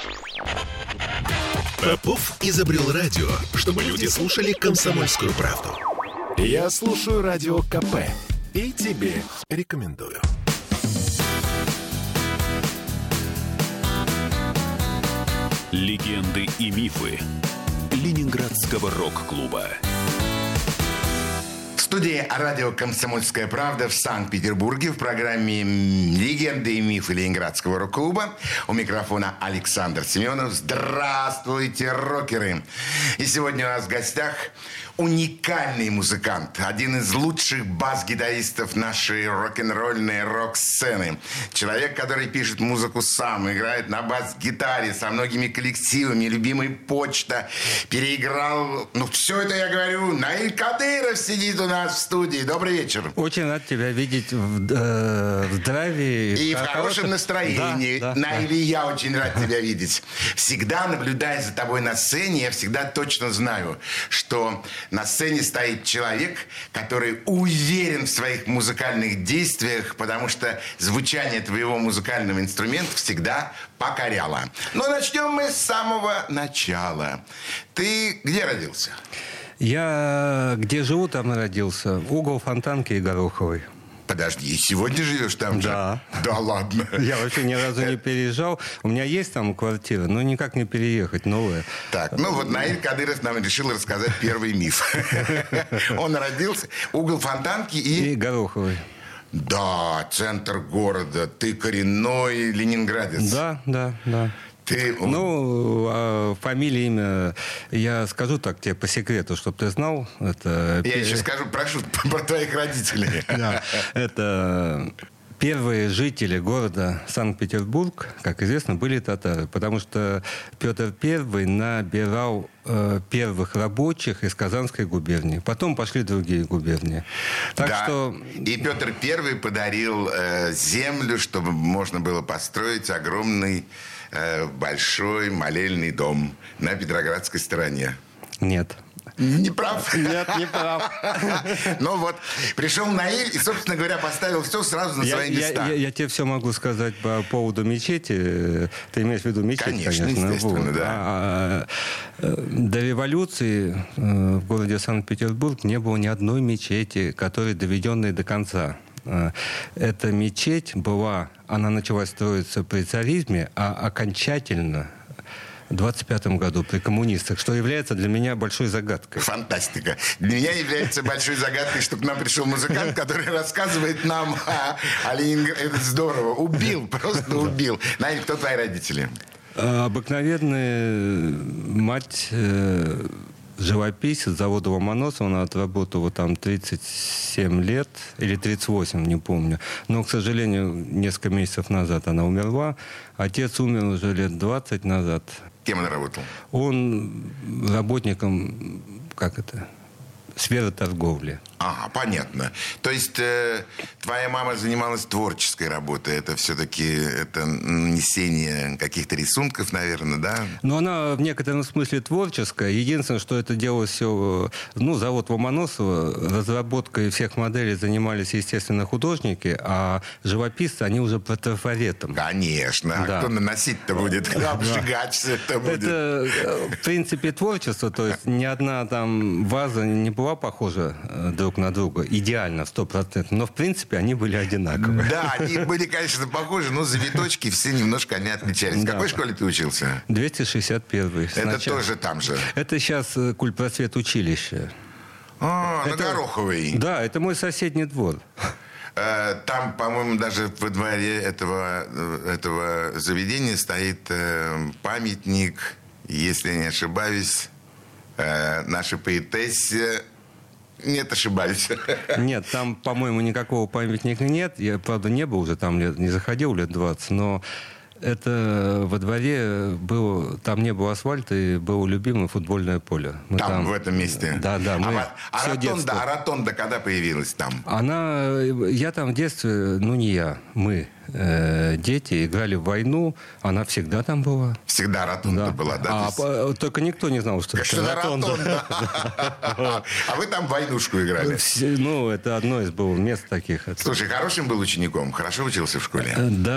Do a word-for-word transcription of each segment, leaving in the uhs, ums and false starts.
Попов изобрел радио, чтобы люди слушали «Комсомольскую правду». Я слушаю Радио КП и тебе рекомендую. Легенды и мифы Ленинградского рок-клуба. В студии радио «Комсомольская правда» в Санкт-Петербурге в программе «Легенды и мифы Ленинградского рок-клуба». У микрофона Александр Семенов. Здравствуйте, рокеры! И сегодня у нас в гостях уникальный музыкант, один из лучших бас-гитаристов нашей рок-н-ролльной рок-сцены. Человек, который пишет музыку сам, играет на бас-гитаре со многими коллективами, любимый «Почта», переиграл... Ну, все это я говорю. Наиль Кадыров сидит у нас в студии. Добрый вечер. Очень рад тебя видеть в, э, в здравии. И в хорошем, хорошем настроении. Да, да, Наиль, да. Я очень рад тебя видеть. Всегда, наблюдая за тобой на сцене, я всегда точно знаю, что на сцене стоит человек, который уверен в своих музыкальных действиях, потому что звучание твоего музыкального инструмента всегда покоряло. Но начнем мы с самого начала. Ты где родился? Я где живу, там и родился. Угол Фонтанки и Гороховой. Подожди, и сегодня живешь там же? Да. Да ладно. Я вообще ни разу не переезжал. У меня есть там квартира, но никак не переехать, новая. Так, ну вот Наиль Кадыров нам решил рассказать первый миф. Он родился, угол Фонтанки и... И Гороховой. Да, центр города. Ты коренной ленинградец. Да, да, да. Ты... Ну, а фамилия, имя, я скажу так тебе по секрету, чтобы ты знал. Это... Я еще скажу, прошу, про твоих родителей. Да, это... Первые жители города Санкт-Петербург, как известно, были татары, потому что Петр Первый набирал э, первых рабочих из Казанской губернии. Потом пошли другие губернии. Так да. что... И Петр Первый подарил э, землю, чтобы можно было построить огромный, э, большой молельный дом на Петроградской стороне. Нет. Не прав? Нет, не прав. Ну вот, пришел Наиль и, собственно говоря, поставил все сразу на я, свои места. Я, я, я тебе все могу сказать по поводу мечети. Ты имеешь в виду мечеть, конечно. Конечно, естественно, вот. да. А, а, до революции в городе Санкт-Петербург не было ни одной мечети, которая доведенная до конца. Эта мечеть была, она начала строиться при царизме, а окончательно... В двадцать пятом году при коммунистах, что является для меня большой загадкой. Фантастика. Для меня является большой загадкой, что к нам пришел музыкант, который рассказывает нам о, о Ленинграде. Это здорово. Убил, просто убил. Наиль, кто твои родители? Обыкновенная мать... Э- живописец завода Ломоносова, она отработала там тридцать семь лет, или тридцать восемь, не помню. Но, к сожалению, несколько месяцев назад она умерла. Отец умер уже лет двадцать назад. Кем он работал? Он работником, как это, сферы торговли. Ага, понятно. То есть э, твоя мама занималась творческой работой. Это все-таки это нанесение каких-то рисунков, наверное, да? Ну, она в некотором смысле творческая. Единственное, что это делалось все... Ну, завод Ломоносова, разработкой всех моделей занимались, естественно, художники, а живописцы, они уже по трафаретам. Конечно. Да. А кто наносить-то будет? Обжигать все это будет. Это, в принципе, творчество. То есть ни одна там ваза не была похожа друг на друга. Идеально, сто процентов. Но, в принципе, они были одинаковые. Да, они были, конечно, похожи, но завиточки все немножко они отличались. В да. какой школе ты учился? двести шестьдесят первый. Это Сначала. тоже там же? Это сейчас культпросвет училище. А, это... на Гороховой. Да, это мой соседний двор. Там, по-моему, даже во дворе этого, этого заведения стоит памятник, если не ошибаюсь, нашей поэтессе. Нет, ошибаюсь. Нет, там, по-моему, никакого памятника нет. Я, правда, не был уже там, лет, не заходил лет двадцать, но это во дворе было, там не было асфальта, и было любимое футбольное поле. Мы там, там, в этом месте? Да, да. Мы а, а, ротонда, а ротонда когда появилась там? Она, я там в детстве, ну не я, мы. э, дети играли в войну, она всегда там была. Всегда ротунда Да. была, да? А, есть... по- только никто не знал, что Что это за ротонда. ротунда? А вы там войнушку играли? Все- Ну, это одно из было мест таких. Это- Слушай, хорошим был учеником? Хорошо учился в школе?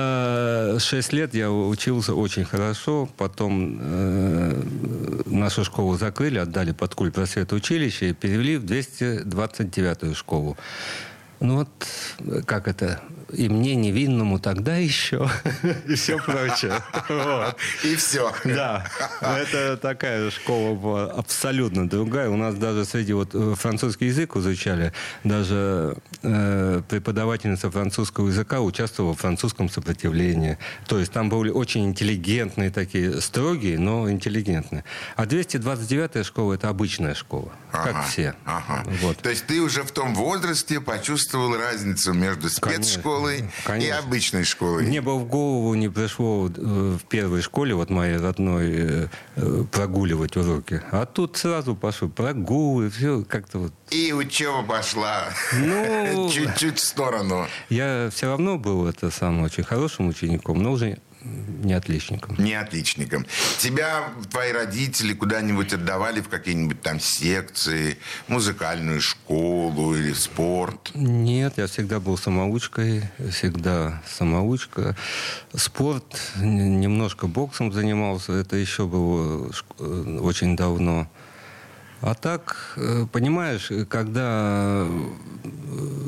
До шесть лет я учился очень хорошо. Потом э, нашу школу закрыли, отдали под культ просвета училища и перевели в двести двадцать девятую школу. Ну вот, как это, и мне невинному тогда еще, и все прочее. Вот. И все. Да, это такая школа была абсолютно другая. У нас даже среди вот французский язык изучали, даже э, преподавательница французского языка участвовала в французском сопротивлении. То есть там были очень интеллигентные такие, строгие, но интеллигентные. А двести двадцать девятая школа – это обычная школа, как Ага, все. ага. Вот. То есть ты уже в том возрасте почувствовал разницу между спецшколой и Конечно. обычной школой? Мне бы в голову не пришло э, в первой школе, вот моей родной, э, э, прогуливать уроки. А тут сразу пошел прогулы, все как-то вот. И учеба пошла Ну, чуть-чуть в сторону. я все равно был это самым очень хорошим учеником, но уже не отличником. Не отличником. Тебя твои родители куда-нибудь отдавали в какие-нибудь там секции, музыкальную школу или спорт? Нет, я всегда был самоучкой, всегда самоучка. Спорт, н- немножко боксом занимался, это еще было шк- э, очень давно. А так, э, понимаешь, когда э,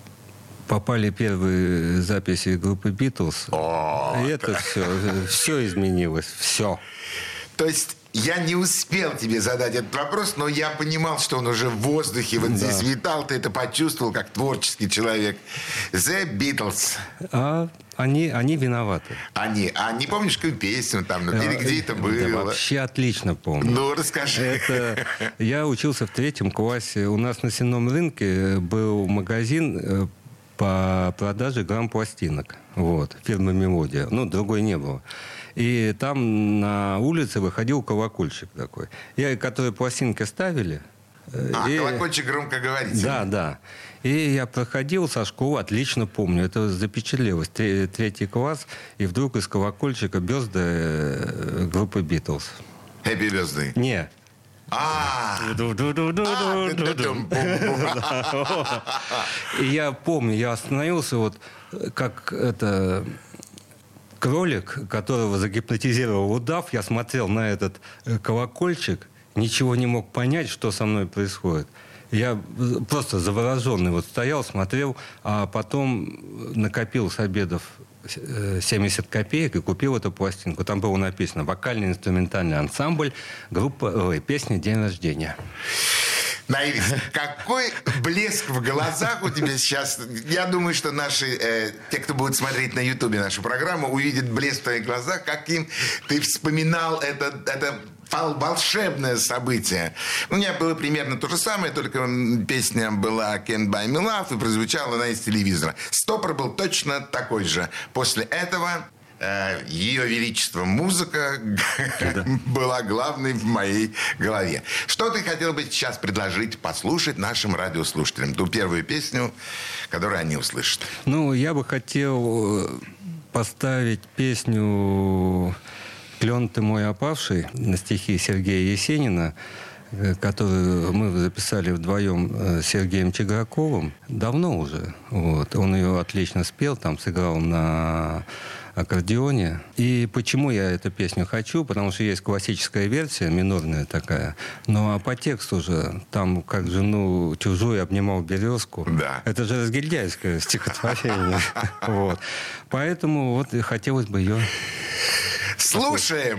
попали первые записи группы «Битлз», О, и это все, все изменилось, все. То есть я не успел тебе задать этот вопрос, но я понимал, что он уже в воздухе вот Да. здесь витал. Ты это почувствовал как творческий человек. The Beatles. А они, они виноваты. Они. А не помнишь, какую песню там? Ну, или где это Да, было? вообще отлично помню. Ну, расскажи. Это я учился в третьем классе. У нас на Сенном рынке был магазин э, по продаже грамм-пластинок. Вот, фирмы «Мелодия». Ну, другой не было. И там на улице выходил колокольчик такой. И, которые пластинки ставили. э, А, и- колокольчик громкоговоритель. Да, да. И я проходил со школы, отлично помню. Это запечатлелось. Тре- Третий класс. И вдруг из колокольчика бёзды группы «Битлз». Happy birthday. Не. А, А, Ду-ду-ду-ду-ду-ду-ду. ду-ду-дум-бум-бум. И я помню, я остановился, вот как это кролик, которого загипнотизировал удав. Я смотрел на этот э, колокольчик, ничего не мог понять, что со мной происходит. Я просто завороженный вот стоял, смотрел, а потом накопил с обедов семьдесят копеек и купил эту пластинку. Там было написано «Вокально-инструментальный ансамбль, группа, ой, песня «День рождения». Наиль, какой блеск в глазах у тебя сейчас. Я думаю, что наши, э, те, кто будет смотреть на Ютубе нашу программу, увидят блеск в твоих глазах, каким ты вспоминал это, это волшебное событие. У меня было примерно то же самое, только песня была «Can't Buy Me Love» и прозвучала она из телевизора. Стопор был точно такой же. После этого э, Ее Величество музыка была главной в моей голове. Что ты хотел бы сейчас предложить послушать нашим радиослушателям? Ту первую песню, которую они услышат. Ну, я бы хотел поставить песню «Клен ты мой опавший» на стихи Сергея Есенина, которую мы записали вдвоем с Сергеем Чиграковым. Давно уже. Вот. Он ее отлично спел, там сыграл на аккордеоне. И почему я эту песню хочу? Потому что есть классическая версия, минорная такая. Ну, а по тексту же, там, как жену чужую обнимал березку. Да. Это же разгильдяйское стихотворение. Вот. Поэтому вот хотелось бы ее... Слушаем!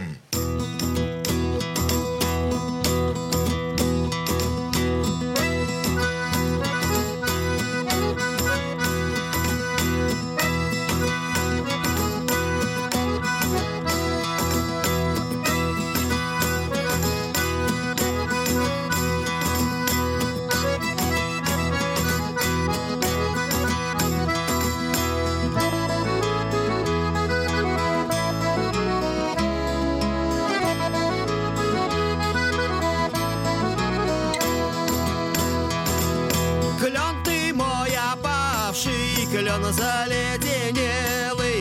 Клен ты мой опавший, клен заледенелый,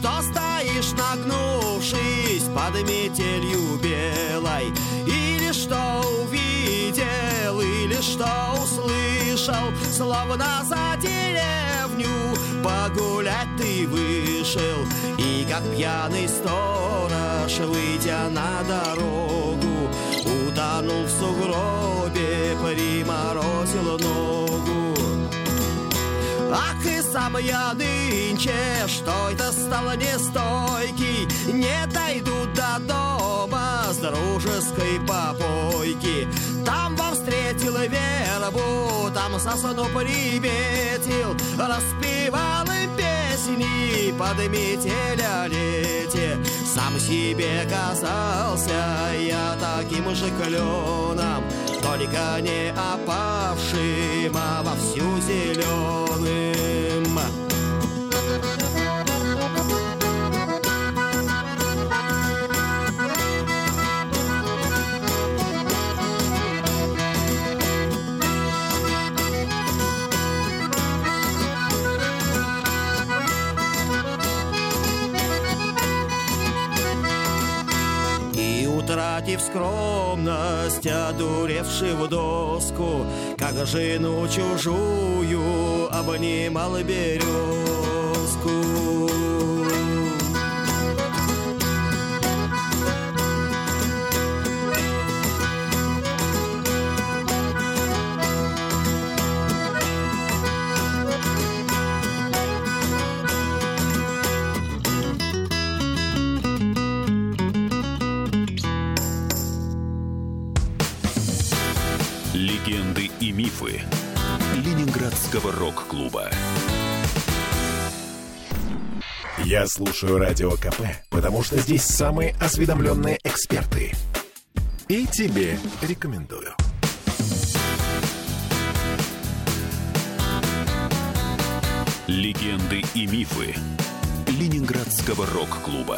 что стоишь, нагнувшись под метелью белой, или что увидел, или что услышал, словно за деревню погулять ты вышел, и как пьяный сторож, выйдя на дорогу, утонул в сугробе, приморозил ногу. Ах, и сам я нынче, что это стало нестойкий, не дойду до дома с дружеской попойки. Там вам встретил вербу, там сосну приметил, распевал им песни под метель о лете. Сам себе казался я таким же кленом, только не опавшим, а вовсю зеленым. Утратив скромность, одуревший в доску, как жену чужую обнимал березку. Легенды и мифы Ленинградского рок-клуба. Я слушаю Радио КП, потому что здесь самые осведомленные эксперты. И тебе рекомендую. Легенды и мифы Ленинградского рок-клуба.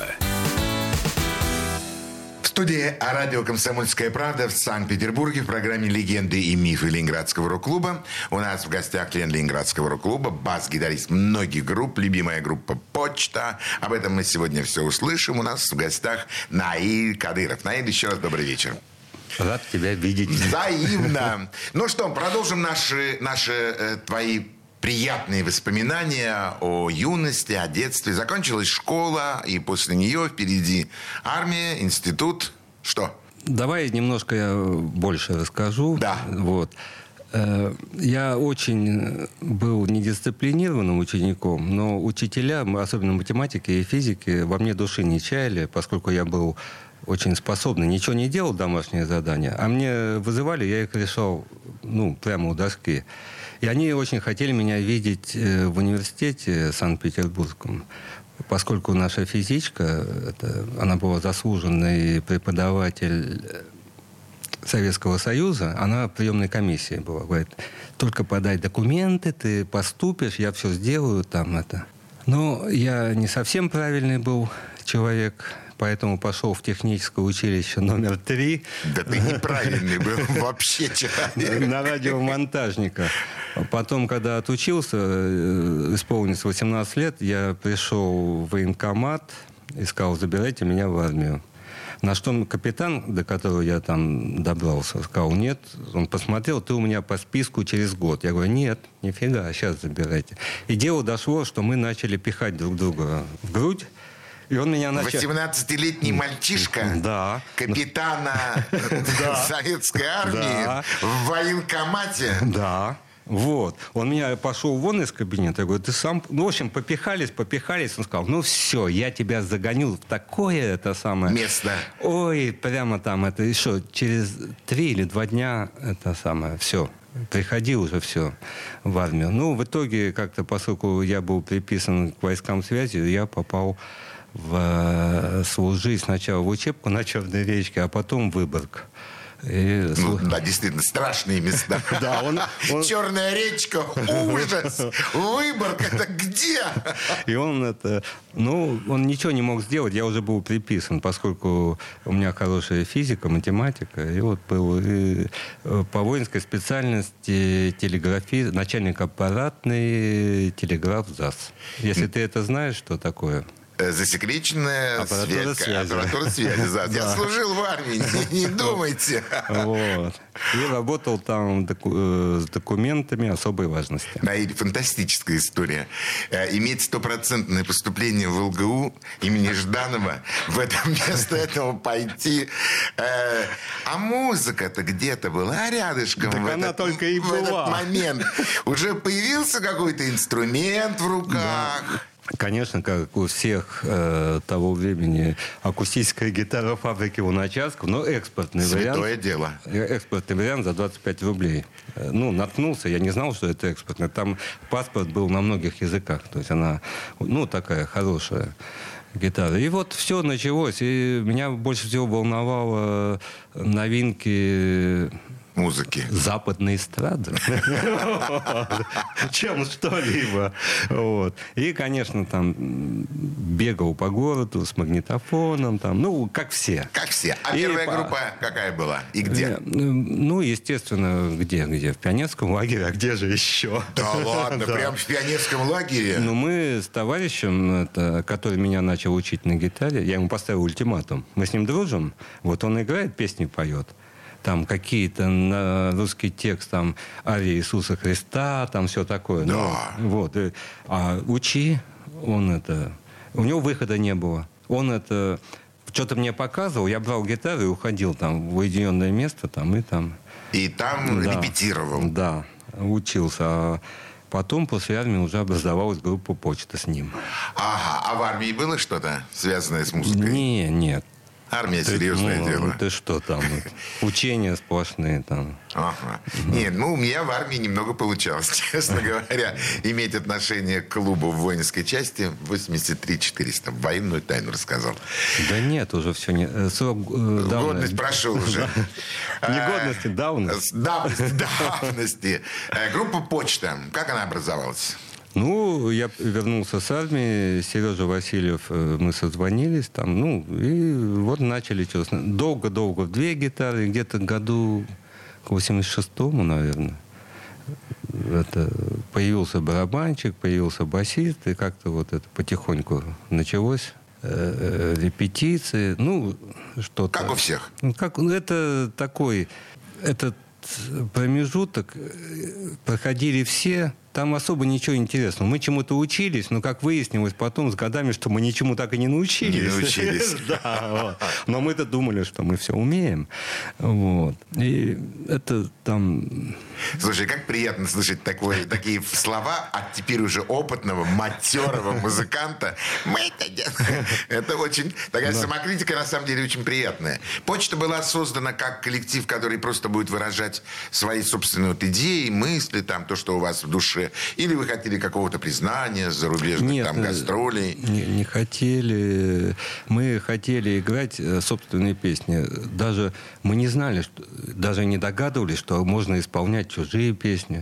В студии радио «Комсомольская правда» в Санкт-Петербурге в программе «Легенды и мифы Ленинградского рок-клуба». У нас в гостях член Ленинградского рок-клуба, бас-гитарист многих групп, любимая группа «Почта». Об этом мы сегодня все услышим. У нас в гостях Наиль Кадыров. Наиль, еще раз добрый вечер. Рад тебя видеть. Взаимно. Ну что, продолжим наши, наши э, твои приятные воспоминания о юности, о детстве. Закончилась школа, и после нее впереди армия, институт. Что? Давай немножко я больше расскажу. Да. Вот. Я очень был недисциплинированным учеником, но учителя, особенно математики и физики, во мне души не чаяли, поскольку я был очень способный, ничего не делал, домашние задания, а мне вызывали, я их решал, ну, прямо у доски. И они очень хотели меня видеть в университете Санкт-Петербургском, поскольку наша физичка, это, она была заслуженный преподаватель Советского Союза, она в приемной комиссии была. Говорит, только подай документы, ты поступишь, я все сделаю там это. Но я не совсем правильный был человек, поэтому пошел в техническое училище номер три. Да ты неправильный был вообще человек. На радиомонтажника. Потом, когда отучился, исполнилось восемнадцать лет, я пришел в военкомат и сказал, забирайте меня в армию. На что капитан, до которого я там добрался, сказал, нет. Он посмотрел, ты у меня по списку через год. Я говорю, нет, нифига, сейчас забирайте. И дело дошло, что мы начали пихать друг друга в грудь. И он меня начал... восемнадцатилетний мальчишка, да, капитана советской армии в военкомате. Да. Вот. Он меня пошел вон из кабинета. Я говорю, ты сам... Ну, в общем, попихались, попихались. Он сказал, ну, все, я тебя загоню в такое это самое... место. Ой, прямо там это... И что, через три или два дня это самое, все. Приходи уже, все, в армию. Ну, в итоге, как-то, поскольку я был приписан к войскам связи, я попал в служить сначала в учебку на Черной речке, а потом в Выборг. И... Ну, да, действительно, страшные места. Да, он, он... Черная речка, ужас! Выборг, это где? И он это... Ну, он ничего не мог сделать, я уже был приписан, поскольку у меня хорошая физика, математика. И вот был и по воинской специальности телеграфист, начальник аппаратный телеграф ЗАС. Если ты это знаешь, что такое... засекреченная аппаратура связь, связи. Аппаратура связи. Да. Я служил в армии, не, не думайте. Вот. И работал там доку- с документами особой важности. Да, и фантастическая история. Иметь стопроцентное поступление в ЛГУ имени Жданова, в это место этого пойти. А музыка-то где-то была рядышком. Так в она этот, только и в была. этот момент. Уже появился какой-то инструмент в руках. Да. Конечно, как у всех э, того времени, акустическая гитара фабрики Луначарского, но экспортный Святое вариант. дело. Экспортный вариант за двадцать пять рублей. Ну, наткнулся, я не знал, что это экспортный. Там паспорт был на многих языках. То есть она, ну, такая хорошая гитара. И вот все началось. И меня больше всего волновало новинки музыки. Западной эстрады. Чем что-либо. И, конечно, там бегал по городу с магнитофоном. там, Ну, как все. Как все. А первая группа какая была? И где? Ну, естественно, где? Где? В пионерском лагере. А где же еще? Да ладно, прям в пионерском лагере? Ну, мы с товарищем, который меня начал учить на гитаре, я ему поставил ультиматум. Мы с ним дружим. Вот он играет, песни поет. Там какие-то на русский текст, там «Ария Иисуса Христа», там все такое. Да. Ну, вот. И, а учи, он это... У него выхода не было. Он это... Что-то мне показывал, я брал гитару и уходил там в уединенное место, там и там... И там да, репетировал? Да, учился. А потом после армии уже образовалась группа «Почта» с ним. Ага, а в армии было что-то, связанное с музыкой? Не, нет. Армия Ты, серьезное ну, дело. Ты что там? Учения сплошные там. Ага. Нет, ну, у меня в армии немного получалось, честно говоря, иметь отношение к клубу в воинской части восемьдесят три четыреста. Военную тайну рассказал. Да нет, уже все не... Срок э, давно... Годность прошел уже. Негодности, давность. Давности, давности. Группа «Почта». Как она образовалась? Ну, я вернулся с армии, Сережа Васильев, мы созвонились там, ну, и вот начали, честно. Долго-долго в две гитары, где-то году к восемьдесят шестому, наверное, это, появился барабанщик, появился басист, и как-то вот это потихоньку началось. Э, э, репетиции, ну, что-то. Как у всех? Как, ну, это такой, этот промежуток проходили все. Там особо ничего интересного. Мы чему-то учились, но, как выяснилось потом с годами, что мы ничему так и не научились. Не научились. Да, вот. Но мы-то думали, что мы все умеем. Вот. И это там... Слушай, как приятно слышать такое, такие слова от теперь уже опытного, матерого музыканта. Мы это делаем. Это очень... Такая да. самокритика, на самом деле, очень приятная. «Почта» была создана как коллектив, который просто будет выражать свои собственные вот идеи, мысли, там, то, что у вас в душе. Или вы хотели какого-то признания, зарубежных Нет, там гастролей? Не, не хотели. Мы хотели играть собственные песни. Даже мы не знали, что, даже не догадывались, что можно исполнять чужие песни.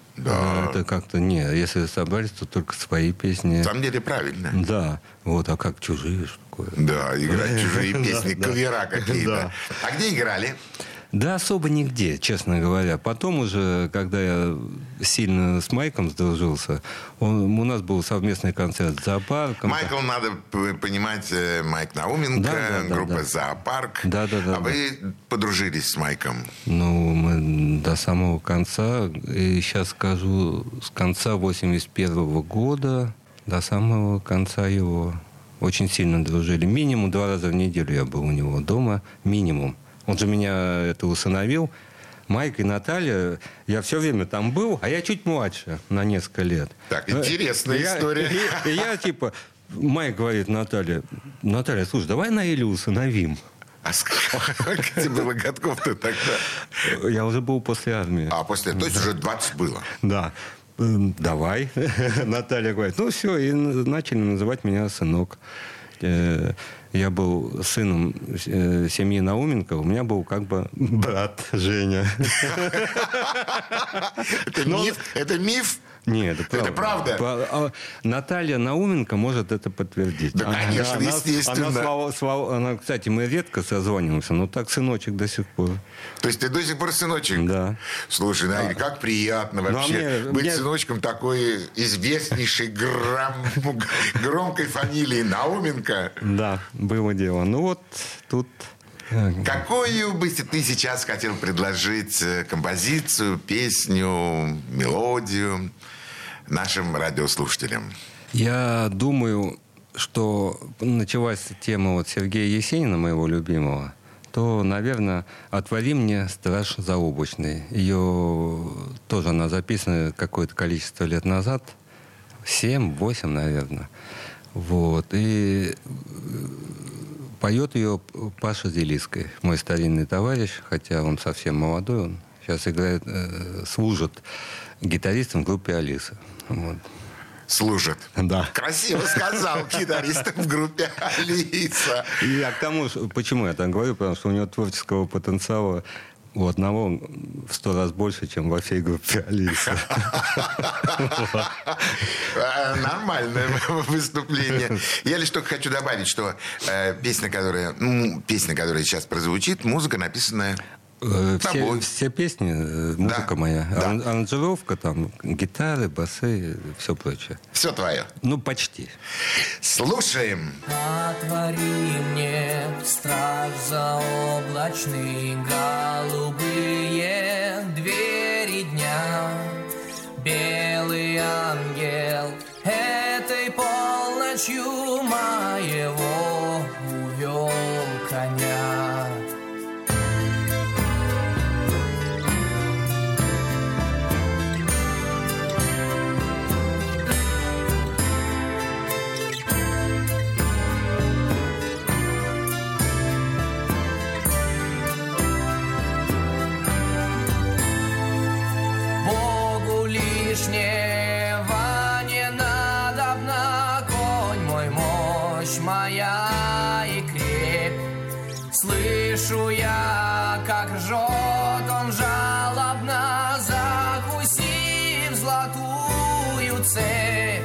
Да. Это как-то не. Если собрались, то только свои песни. На самом деле правильно. Да. Вот, а как чужие, что такое? Да, играть чужие песни, кавера какие-то. А где играли? Да особо нигде, честно говоря. Потом уже, когда я сильно с Майком сдружился, он, у нас был совместный концерт с «Зоопарком». Майкл, надо понимать, Майк Науменко, да, да, группа да, да. «Зоопарк». Да, да, да, а да. вы подружились с Майком? Ну, мы до самого конца, и сейчас скажу, с конца восемьдесят первого года до самого конца его очень сильно дружили. Минимум два раза в неделю я был у него дома. Минимум. Он же меня это усыновил. Майк и Наталья, я все время там был, а я чуть младше, на несколько лет. Так, интересная я, история. И, и я типа, Майк говорит Наталье, Наталья, слушай, давай Наилю усыновим. А сколько тебе было годков-то тогда? Я уже был после армии. А, после, то есть уже двадцать было? Да. Давай. Наталья говорит, ну все, и начали называть меня сынок. я был сыном э, семьи Науменко, у меня был как бы брат Женя. Это миф? Это миф? Нет, это правда. Это правда? Наталья Науменко может это подтвердить. Да, конечно, она, естественно. Она, слава, слава, она, кстати, мы редко созваниваемся, но так сыночек до сих пор. То есть ты до сих пор сыночек? Да. Слушай, Наиль, а, как приятно вообще мне, быть мне... сыночком такой известнейшей гром... громкой фамилии Науменко. Да, было дело. Ну вот тут... Какую бы ты сейчас хотел предложить композицию, песню, мелодию нашим радиослушателям? Я думаю, что началась тема вот Сергея Есенина, моего любимого, то, наверное, «Отвори мне, страж заоблачный». Ее тоже она записана какое-то количество лет назад, семь-восемь, наверное. Вот. И поет ее Паша Зелиский, мой старинный товарищ, хотя он совсем молодой, он сейчас играет, э, служит гитаристом в группе «Алиса». Вот. Служит. Да. Красиво сказал, гитаристом в группе «Алиса». Я к тому, почему я так говорю, потому что у него творческого потенциала у одного в сто раз больше, чем во всей группе «Алиса». Нормальное выступление. Я лишь только хочу добавить, что песня, которая, ну, песня, которая сейчас прозвучит, музыка, написанная все, все песни, музыка да, моя. Да. Аранжировка, там, гитары, басы, все прочее. Все твое? Ну, почти. Слушаем. Отвори мне, страж заоблачный, голубые двери дня. Белый ангел этой полночью моего увел коня. Лишнего не надобно, конь мой, мощь моя и крепь. Слышу я, как ржет он жалобно, закусив золотую цепь.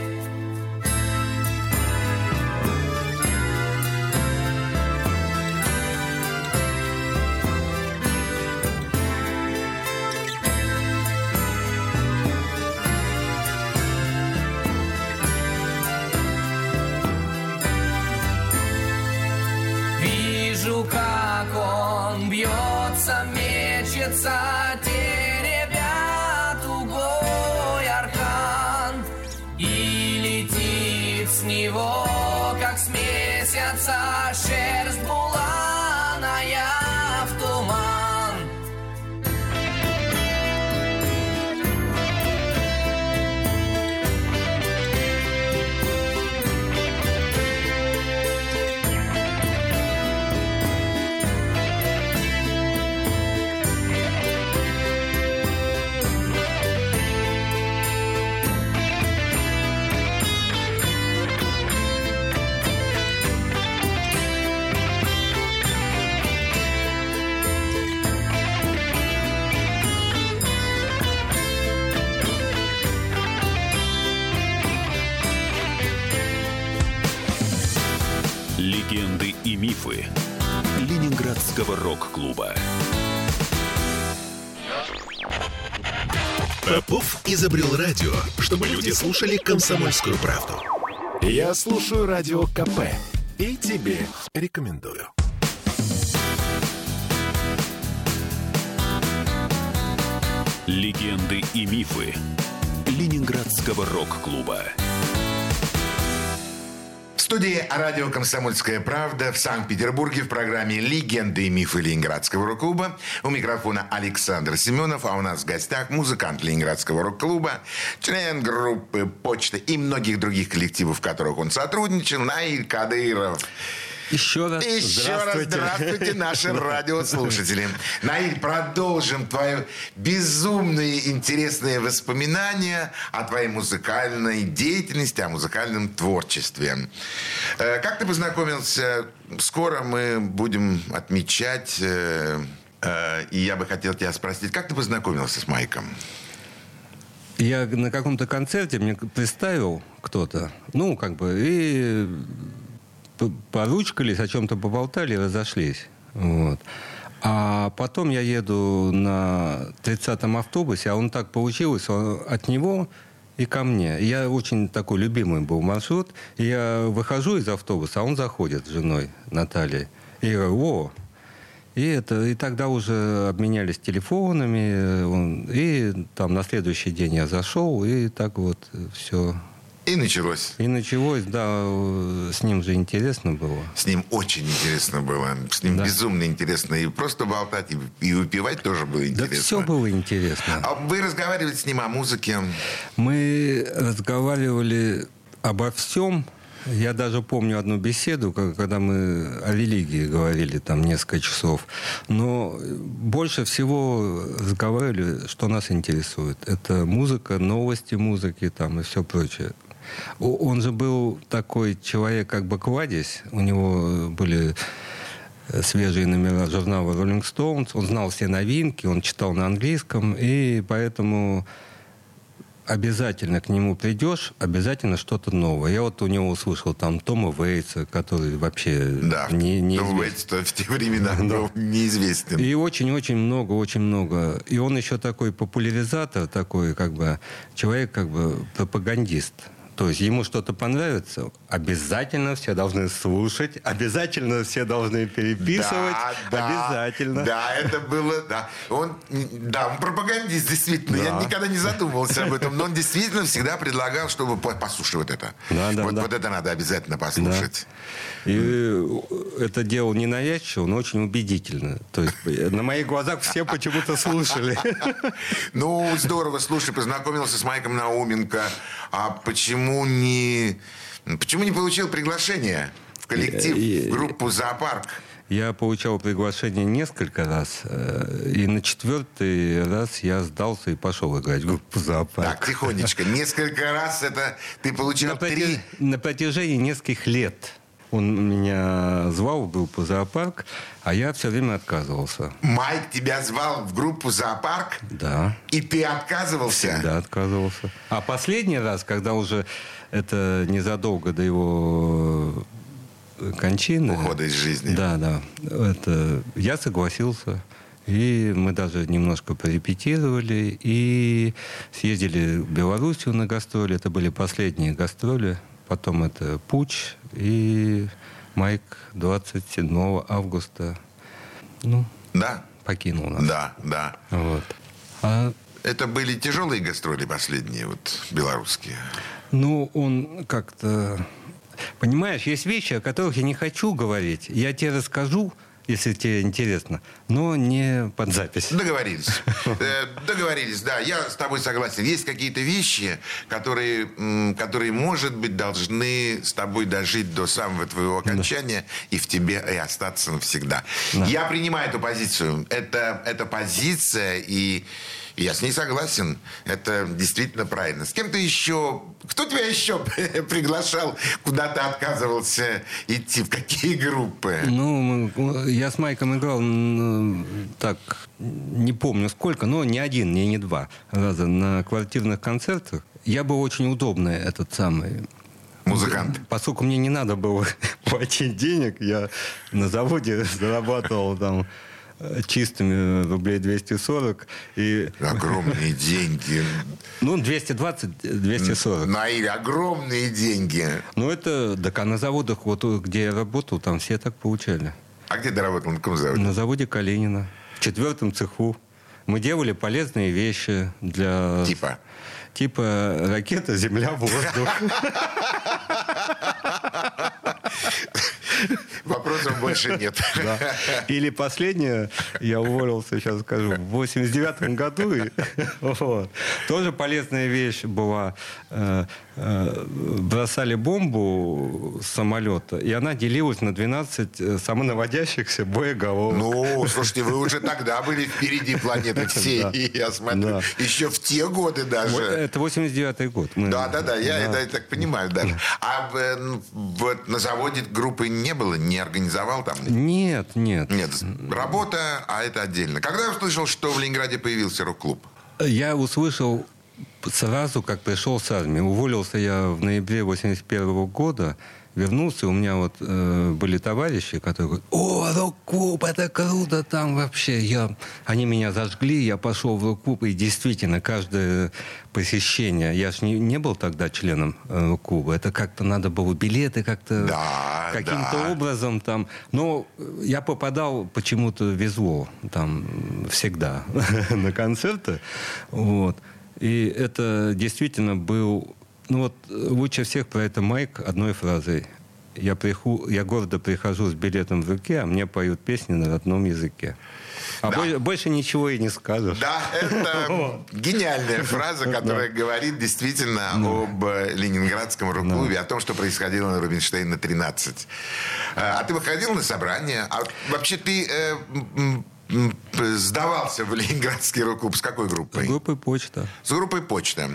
Как он бьется, мечется, теребя тугой аркан, и летит с него, как с месяца, шерсть буланая в туман. Легенды и мифы Ленинградского рок-клуба. Попов изобрел радио, чтобы люди слушали «Комсомольскую правду». Я слушаю радио КП и тебе рекомендую. Легенды и мифы Ленинградского рок-клуба. В студии радио «Комсомольская правда» в Санкт-Петербурге в программе «Легенды и мифы Ленинградского рок-клуба». У микрофона Александр Семенов, а у нас в гостях музыкант Ленинградского рок-клуба, член группы «Почта» и многих других коллективов, в которых он сотрудничал, Наиль Кадыров. Еще раз Еще здравствуйте. раз здравствуйте, наши радиослушатели. Наиль, продолжим твои безумные интересные воспоминания о твоей музыкальной деятельности, о музыкальном творчестве. Как ты познакомился? Скоро мы будем отмечать, и я бы хотел тебя спросить, как ты познакомился с Майком? Я на каком-то концерте мне представил кто-то, ну, как бы, и поручкались, о чем-то поболтали и разошлись. Вот. А потом я еду на тридцатом автобусе, а он так получилось, он от него и ко мне. Я очень такой любимый был маршрут. И я выхожу из автобуса, а он заходит с женой Натальей. И я говорю, о! И, это, и тогда уже обменялись телефонами. Он, и там на следующий день я зашел, и так вот все. И началось. И началось, да, с ним же интересно было. С ним очень интересно было. С ним да. безумно интересно. И просто болтать, и, и выпивать тоже было интересно. Да все было интересно. А вы разговаривали с ним о музыке? Мы разговаривали обо всем. Я даже помню одну беседу, когда мы о религии говорили там несколько часов. Но больше всего разговаривали, что нас интересует. Это музыка, новости музыки там, и все прочее. Он же был такой человек, как бы кладезь. У него были свежие номера журнала Rolling Stones. Он знал все новинки, он читал на английском. И поэтому... обязательно к нему придешь, обязательно что-то новое. Я вот у него услышал там Тома Вейтса, который вообще да, не, не Том Вейтс в те времена был неизвестен. И очень-очень много, очень много. И он еще такой популяризатор, такой как бы человек, как бы пропагандист. То есть ему что-то понравится, обязательно все должны слушать, обязательно все должны переписывать, да, да, обязательно. Да, это было, да. Он, да, он пропагандист, действительно. Да. Я никогда не задумывался об этом, но он действительно всегда предлагал, чтобы послушать вот это. Да, да, вот, да. вот это надо обязательно послушать. Да. И это делал не навязчиво, но очень убедительно. То есть на моих глазах все почему-то слушали. Ну, здорово, слушай, познакомился с Майком Науменко. А почему не, почему не получил приглашение в коллектив, в группу «Зоопарк»? Я получал приглашение несколько раз, и на четвертый раз я сдался и пошел играть в группу «Зоопарк». Так, тихонечко. Несколько раз это ты получил на три... Протяж... На протяжении нескольких лет. Он меня звал в группу «Зоопарк», а я все время отказывался. Майк тебя звал в группу «Зоопарк»? Да. И ты отказывался? Да, отказывался. А последний раз, когда уже это незадолго до его кончины... Ухода из жизни. Да, да. Это, я согласился. И мы даже немножко порепетировали. И съездили в Белоруссию на гастроли. Это были последние гастроли. Потом это путч, и Майк двадцать седьмого августа ну, да. покинул нас. Да, да. Вот. А... Это были тяжелые гастроли последние, вот, белорусские? Ну, он как-то... Понимаешь, есть вещи, о которых я не хочу говорить. Я тебе расскажу, если тебе интересно, но не под запись. Договорились. Договорились, да. Я с тобой согласен. Есть какие-то вещи, которые, которые, может быть, должны с тобой дожить до самого твоего окончания, да. И в тебе и остаться навсегда. Да. Я принимаю эту позицию. Это, это позиция, и я с ней согласен. Это действительно правильно. С кем ты еще... Кто тебя еще приглашал? Куда ты отказывался идти? В какие группы? Ну, я с Майком играл, так, не помню сколько, но не один, не, не два раза на квартирных концертах. Я был очень удобный этот самый... Музыкант. Поскольку мне не надо было платить денег, я на заводе зарабатывал там... чистыми рублей двести сорок. И... Огромные деньги. Ну, двести двадцать - двести сорок. Наиль, огромные деньги. Ну, это, так, а на заводах, вот где я работал, там все так получали. А где ты работал? На каком заводе? На заводе Калинина. В четвертом цеху. Мы делали полезные вещи для... Типа? Типа ракета, земля, воздух. Вопросов больше нет. Да. Или последнее, я уволился, сейчас скажу, в восемьдесят девятом году. И, вот, тоже полезная вещь была. Э, э, бросали бомбу с самолета, и она делилась на двенадцать самонаводящихся боеголовок. Ну, слушайте, вы уже тогда были впереди планеты всей, я смотрю. Еще в те годы даже. Это восемьдесят девятый год. Да, да, да, я так понимаю даже. А вот на заводе группы не было, не организовал там? Нет, нет. Нет, работа, а это отдельно. Когда я услышал, что в Ленинграде появился рок-клуб? Я услышал сразу, как пришел с армии. Уволился я в ноябре восемьдесят первого года. Вернулся, у меня вот э, были товарищи, которые говорят: о, рок-клуб, это круто там вообще. Я... Они меня зажгли, я пошел в рок-клуб, и действительно, каждое посещение, я же не, не был тогда членом э, рок-клуба, это как-то надо было билеты как-то да, каким-то да. образом там. Но я попадал, почему-то везло там всегда на концерты. Вот. И это действительно был... Ну вот лучше всех про это Майк одной фразой. Я, приху, я гордо прихожу с билетом в руке, а мне поют песни на родном языке. А да. больше, больше ничего и не скажешь. Да, это гениальная фраза, которая говорит действительно об ленинградском рок-клубе, о том, что происходило на Рубинштейна тринадцать. А ты выходил на собрание? А вообще ты... сдавался в ленинградский рок-клуб с какой группой? С группой «Почта». С группой «Почта».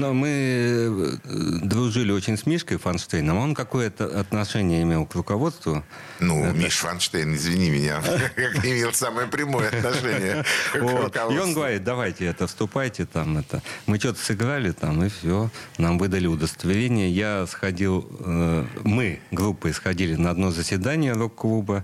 Мы дружили очень с Мишкой Фанштейном. Он какое-то отношение имел к руководству. Ну, это... Миш Фанштейн, извини меня, имел самое прямое отношение к руководству. И он говорит: давайте это, вступайте там. это. Мы что-то сыграли там, и все. Нам выдали удостоверение. Я сходил... Мы, группой, сходили на одно заседание рок-клуба.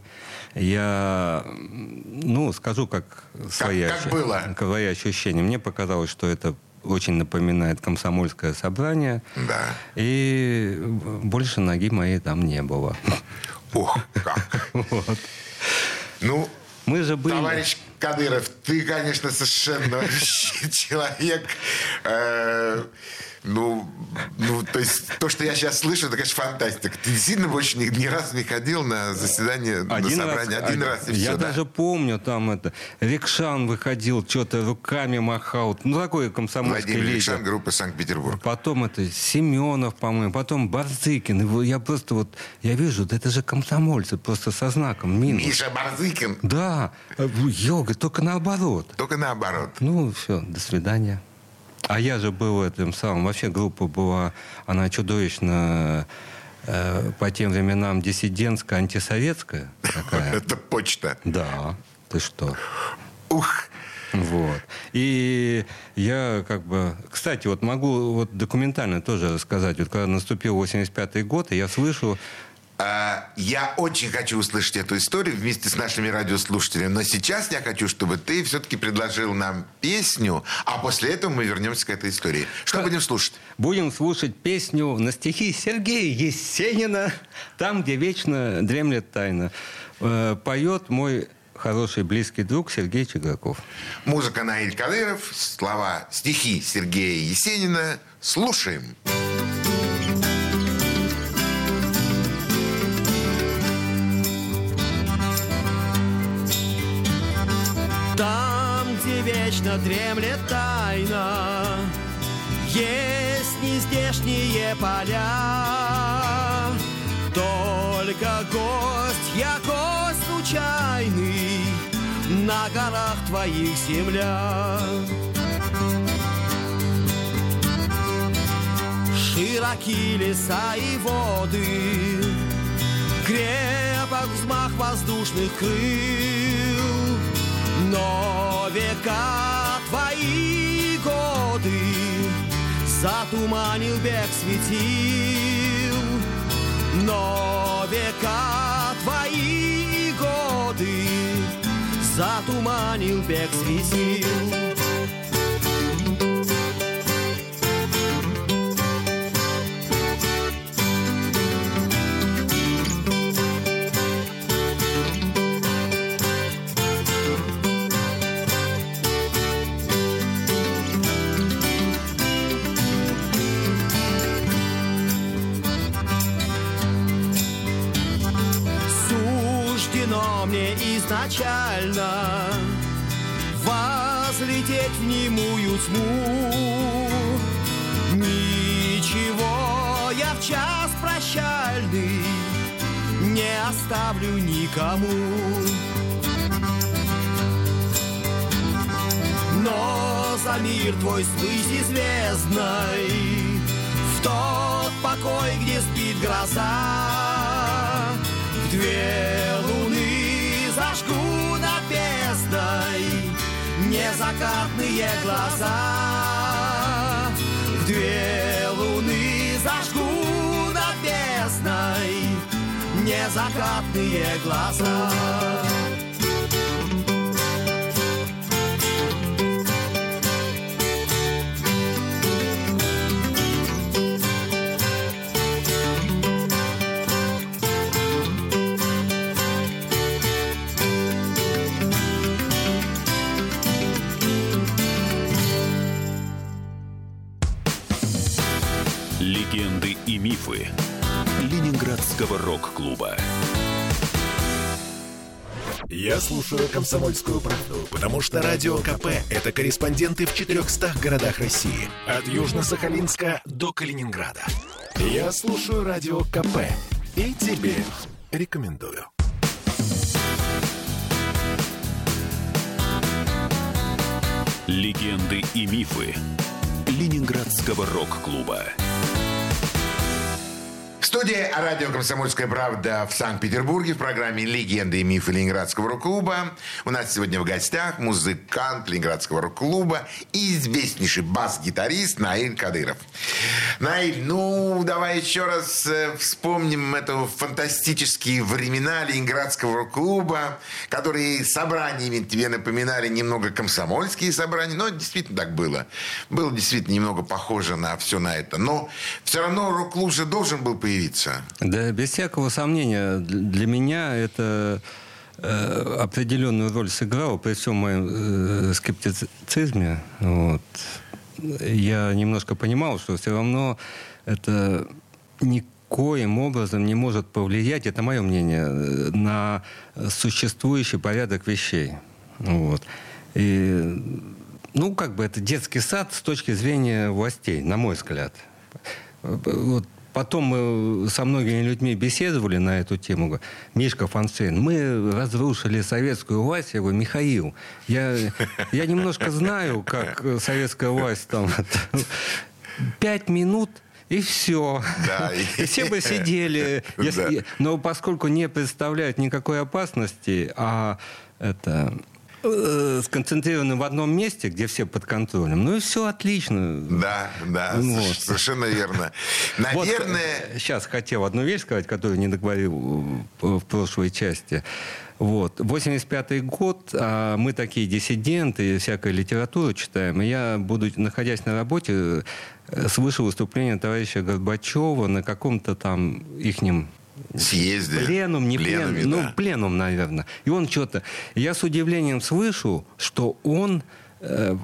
Я, ну, скажу, как свои, как, как было? свои ощущения. Мне показалось, что это очень напоминает комсомольское собрание. Да. И больше ноги моей там не было. Ох, как. Вот. Ну, мы же были... Товарищ Кадыров, ты, конечно, совершенно вообще человек... Э, ну, ну, то есть, то, что я сейчас слышу, это, конечно, фантастика. Ты действительно больше ни, ни разу не ходил на заседание, один на собрание? Раз, один раз и все, я да? даже помню, там это... Рикшан выходил, что-то руками махал. Ну, такой комсомольский Владимир лидер. Рикшан, группа «Санкт-Петербург». Потом это Семенов, по-моему, потом Барзыкин. Я просто вот... Я вижу, да это же комсомольцы, просто со знаком минус. Миша Барзыкин? Да. Йога, только наоборот. Только наоборот. Ну, все, до свидания. А я же был этим самым... Вообще группа была, она чудовищно э, по тем временам диссидентская, антисоветская такая. Это «Почта». Да. Ты что? Ух! Вот. И я как бы... Кстати, вот могу вот документально тоже рассказать. Вот когда наступил восемьдесят пятый год, и я слышу... Я очень хочу услышать эту историю вместе с нашими радиослушателями, но сейчас я хочу, чтобы ты все-таки предложил нам песню, а после этого мы вернемся к этой истории. Что как? Будем слушать? Будем слушать песню на стихи Сергея Есенина «Там, где вечно дремлет тайна». Поет мой хороший близкий друг Сергей Чиграков. Музыка Наиль Кадыров, слова, стихи Сергея Есенина. Слушаем. Там, где вечно дремлет тайна, есть нездешние поля. Только гость, я гость случайный, на горах твоих земля. Широки леса и воды, крепок взмах воздушных крыл. Но века твои годы затуманил бег светил. Но века твои годы затуманил бег светил. изначально возлететь в немую тьму. Ничего я в час прощальный не оставлю никому. Но за мир твой свыси звездной, в тот покой, где спит гроза, две луны зажгу над бездной незакатные глаза. Две луны зажгу над бездной незакатные глаза. Легенды и мифы Ленинградского рок-клуба. Я слушаю «Комсомольскую правду», потому что Радио КП – это корреспонденты в четырехстах городах России. От Южно-Сахалинска до Калининграда. Я слушаю Радио КП и тебе рекомендую. Легенды и мифы Ленинградского рок-клуба. Студия радио «Комсомольская правда» в Санкт-Петербурге в программе «Легенды и мифы Ленинградского рок-клуба». У нас сегодня в гостях музыкант Ленинградского рок-клуба и известнейший бас-гитарист Наиль Кадыров. Наиль, ну, давай еще раз э, вспомним это фантастические времена Ленинградского рок-клуба, которые собраниями тебе напоминали немного комсомольские собрания. Но действительно так было. Было действительно немного похоже на все на это. Но все равно рок-клуб же должен был появиться. Да, без всякого сомнения, для меня это э, определенную роль сыграло, при всем моем э, скептицизме. Вот. Я немножко понимал, что все равно это никоим образом не может повлиять, это мое мнение, на существующий порядок вещей. Вот. И, ну, как бы это детский сад с точки зрения властей, на мой взгляд. Вот. Потом мы со многими людьми беседовали на эту тему. Мишка Фонштейн, мы разрушили советскую власть. Я говорю, Михаил, я, я немножко знаю, как советская власть там... Пять минут... И все. Да. И все бы сидели. Если... Да. Но поскольку не представляют никакой опасности, а это... сконцентрированы в одном месте, где все под контролем. Ну и все отлично. Да, да, вот. Совершенно верно. Наверное... Вот, сейчас хотел одну вещь сказать, которую не договорил в прошлой части. Вот. восемьдесят пятый год, а мы такие диссиденты, всякую литературу читаем. И я, буду, находясь на работе, слышал выступление товарища Горбачева на каком-то там ихнем... съезде. Пленум, не Пленуме, пленум. да. Ну, пленум, наверное. И он что-то... Я с удивлением слышу, что он... Э,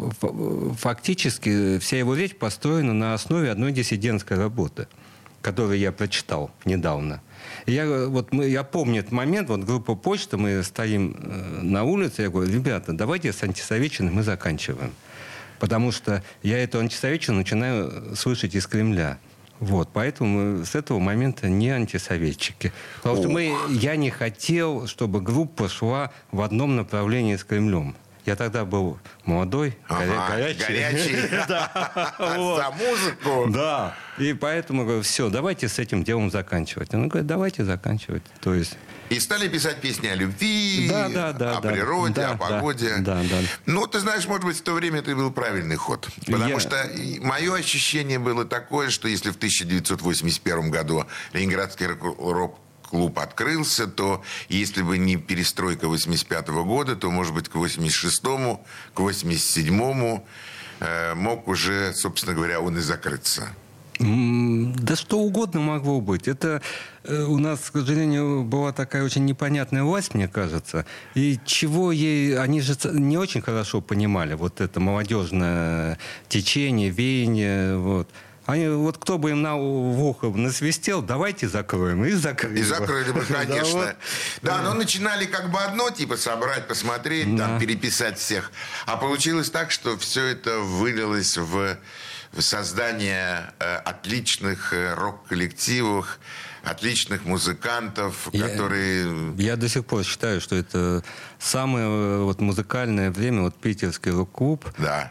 фактически вся его речь построена на основе одной диссидентской работы, которую я прочитал недавно. И я, вот мы, я помню этот момент, вот группа «Почта», мы стоим э, на улице, я говорю, ребята, давайте с антисоветчиной мы заканчиваем. Потому что я эту антисоветчину начинаю слышать из Кремля. Вот, поэтому мы с этого момента не антисоветчики. Потому что мы, я не хотел, чтобы группа шла в одном направлении с Кремлем. Я тогда был молодой, ага, горячий. Горячий. За музыку. Да. И поэтому говорю, все, давайте с этим делом заканчивать. Он говорит, давайте заканчивать. То есть... И стали писать песни о любви, да, да, да, о да, природе, да, о погоде. Да, да. Ну, ты знаешь, может быть, в то время это был правильный ход. Потому Я... что мое ощущение было такое, что если в тысяча девятьсот восемьдесят первом году Ленинградский рок-клуб открылся, то если бы не перестройка восемьдесят пятого года, то, может быть, к восемьдесят шестому, к восемьдесят седьмому э, мог уже, собственно говоря, он и закрыться. Да что угодно могло быть. Это э, у нас, к сожалению, была такая очень непонятная власть, мне кажется. И чего ей... Они же не очень хорошо понимали вот это молодежное течение, веяние. Вот. Они, вот кто бы им на, в ухо насвистел, давайте закроем. И закрыли. И закрыли бы, конечно. Да, вот. Да, но начинали как бы одно, типа собрать, посмотреть, Да. там, переписать всех. А получилось так, что все это вылилось в, в создание э, отличных э, рок-коллективов, отличных музыкантов, Я- которые... Я до сих пор считаю, что это самое э, вот, музыкальное время, вот питерский рок-клуб, Да.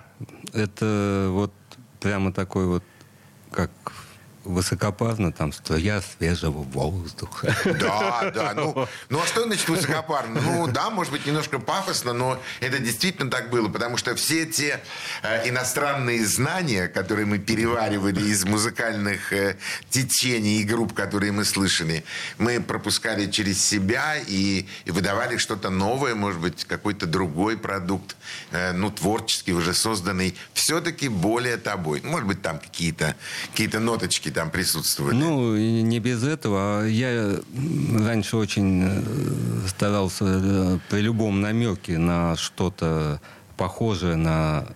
это вот прямо такой вот, как высокопарно, там, струя свежего воздуха. Да, да. Ну, ну, а что значит высокопарно? Ну, да, может быть, немножко пафосно, но это действительно так было, потому что все те э, иностранные знания, которые мы переваривали из музыкальных э, течений и групп, которые мы слышали, мы пропускали через себя и, и выдавали что-то новое, может быть, какой-то другой продукт, э, ну, творческий, уже созданный, все-таки более тобой. Может быть, там какие-то, какие-то ноточки там присутствовали. Ну, и не без этого. Я раньше очень э, старался э, при любом намеке на что-то похожее на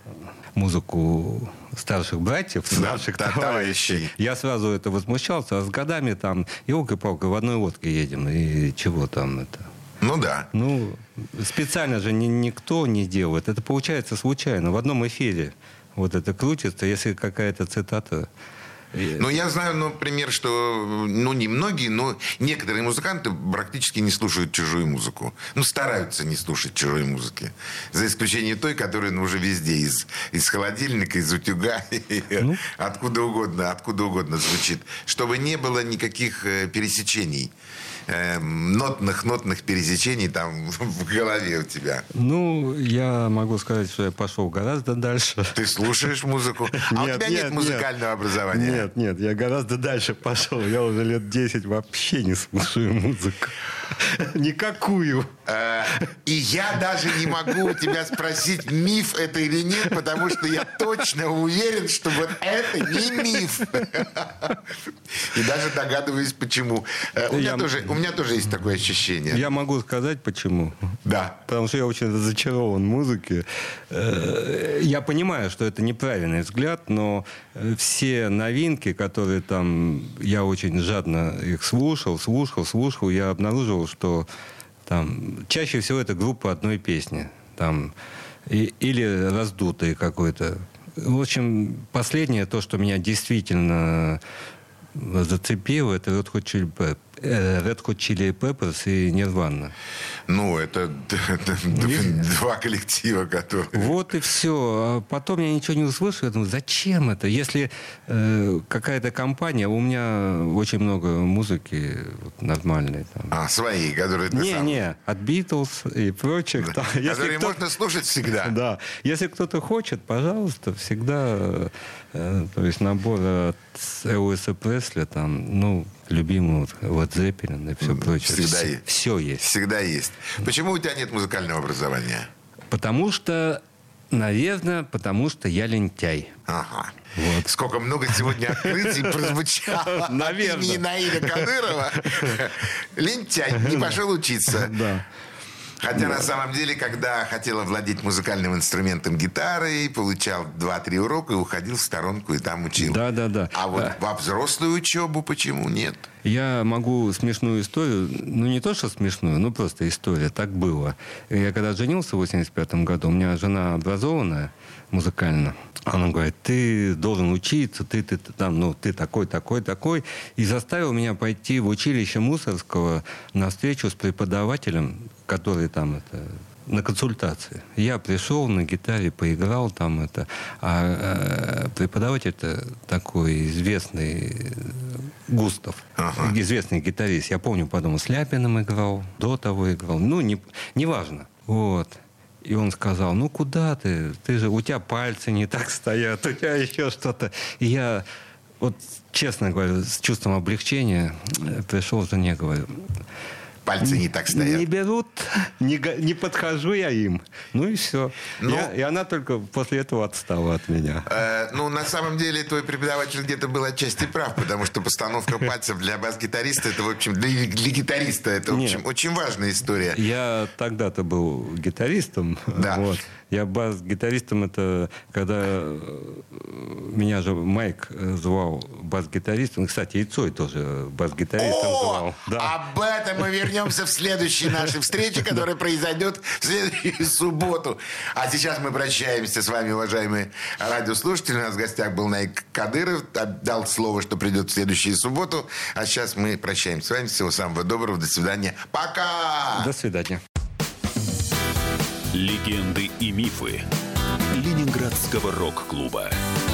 музыку старших братьев, старших да, товарищей. товарищей. Я сразу это возмущался, а с годами там елкой-палкой в одной лодке едем. И чего там это? Ну, да. Ну, специально же ни- никто не делает. Это получается случайно. В одном эфире вот это крутится, если какая-то цитата... Ну, я знаю, например, что, ну, не многие, но некоторые музыканты практически не слушают чужую музыку. Ну, стараются не слушать чужой музыки. За исключением той, которая, ну, уже везде, из, из холодильника, из утюга, Ну. откуда угодно, откуда угодно звучит. Чтобы не было никаких э, пересечений, э, нотных, нотных пересечений там в голове у тебя. Ну, я могу сказать, что я пошел гораздо дальше. Ты слушаешь музыку, а у Нет, тебя нет, нет музыкального нет. образования. Нет, нет, я гораздо дальше пошел. Я уже лет десять вообще не слушаю музыку. Никакую. Э, И я даже не могу у тебя спросить, миф это или нет, потому что я точно уверен, что вот это не миф. И даже догадываюсь, почему. Э, У меня, Я- тоже, у меня тоже есть такое ощущение. Я могу сказать, почему. Да. Потому что я очень разочарован в музыке. Э, Я понимаю, что это неправильный взгляд, но э, все новинки, которые там... Я очень жадно их слушал, слушал, слушал. Я обнаружил, что там чаще всего это группа одной песни. Там, и- или раздутый какой-то. В общем, последнее, то, что меня действительно зацепило, это Red Hot Chili Pep- э, Red Hot Chili Peppers и Nirvana. Ну, это д- д- два коллектива, которые... Вот и все. А потом я ничего не услышал. Я думаю, зачем это? Если э, какая-то компания... У меня очень много музыки вот, нормальной. Там. А, свои, которые ты сам... Не-не, от Битлз и прочих. Там, если Которые кто- можно слушать всегда. Да. Если кто-то хочет, пожалуйста, всегда... э, то есть набор от Элвиса Пресли, там, ну, любимый вот, вот Зеппелин и все прочее. Всегда все, есть. все есть. Всегда есть. Почему у тебя нет музыкального образования? Потому что, наверное, потому что я лентяй. Ага. Вот. Сколько много сегодня открытий прозвучало Наверно. от имени Наиля Кадырова. Лентяй, не пошел учиться. Да. Хотя на самом деле, когда хотел овладеть музыкальным инструментом гитарой, получал два-три урока и уходил в сторонку и там учил. Да, да, да. А вот во взрослую учебу почему нет? Я могу смешную историю, ну не то, что смешную, ну просто история, так было. Я когда женился в восемьдесят пятом году, у меня жена образованная музыкально. Она говорит, ты должен учиться, ты, ты, ты там, ну, ты такой, такой, такой. И заставил меня пойти в училище Мусорского на встречу с преподавателем, который там это... на консультации. Я пришел на гитаре, поиграл там это. А, а преподаватель-то такой известный Густав. Ага. Известный гитарист. Я помню, подумал, с Ляпиным играл, до того играл. Ну, не, неважно. Вот. И он сказал, ну куда ты? Ты же, у тебя пальцы не так стоят, у тебя еще что-то. И я, вот честно говорю, с чувством облегчения пришел к жене, говорю, пальцы не так стоят. Не берут, не, го- не подхожу я им. Ну и все. Ну, Я- и она только после этого отстала от меня. Э, ну, на самом деле, твой преподаватель где-то был отчасти прав, потому что постановка пальцев для бас-гитариста, это, в общем, для, для гитариста, это, в общем, Нет. очень важная история. Я тогда-то был гитаристом. Да. Вот. Я бас-гитаристом, это когда э, меня же Майк э, звал бас-гитаристом. Кстати, и Цой тоже бас-гитаристом О, звал. Да. об этом мы вернемся в следующей нашей встрече, которая произойдет в следующую субботу. А сейчас мы прощаемся с вами, уважаемые радиослушатели. У нас в гостях был Наик Кадыров. Дал слово, что придет в следующую субботу. А сейчас мы прощаемся с вами. Всего самого доброго. До свидания. Пока! До свидания. Легенды и мифы Ленинградского рок-клуба.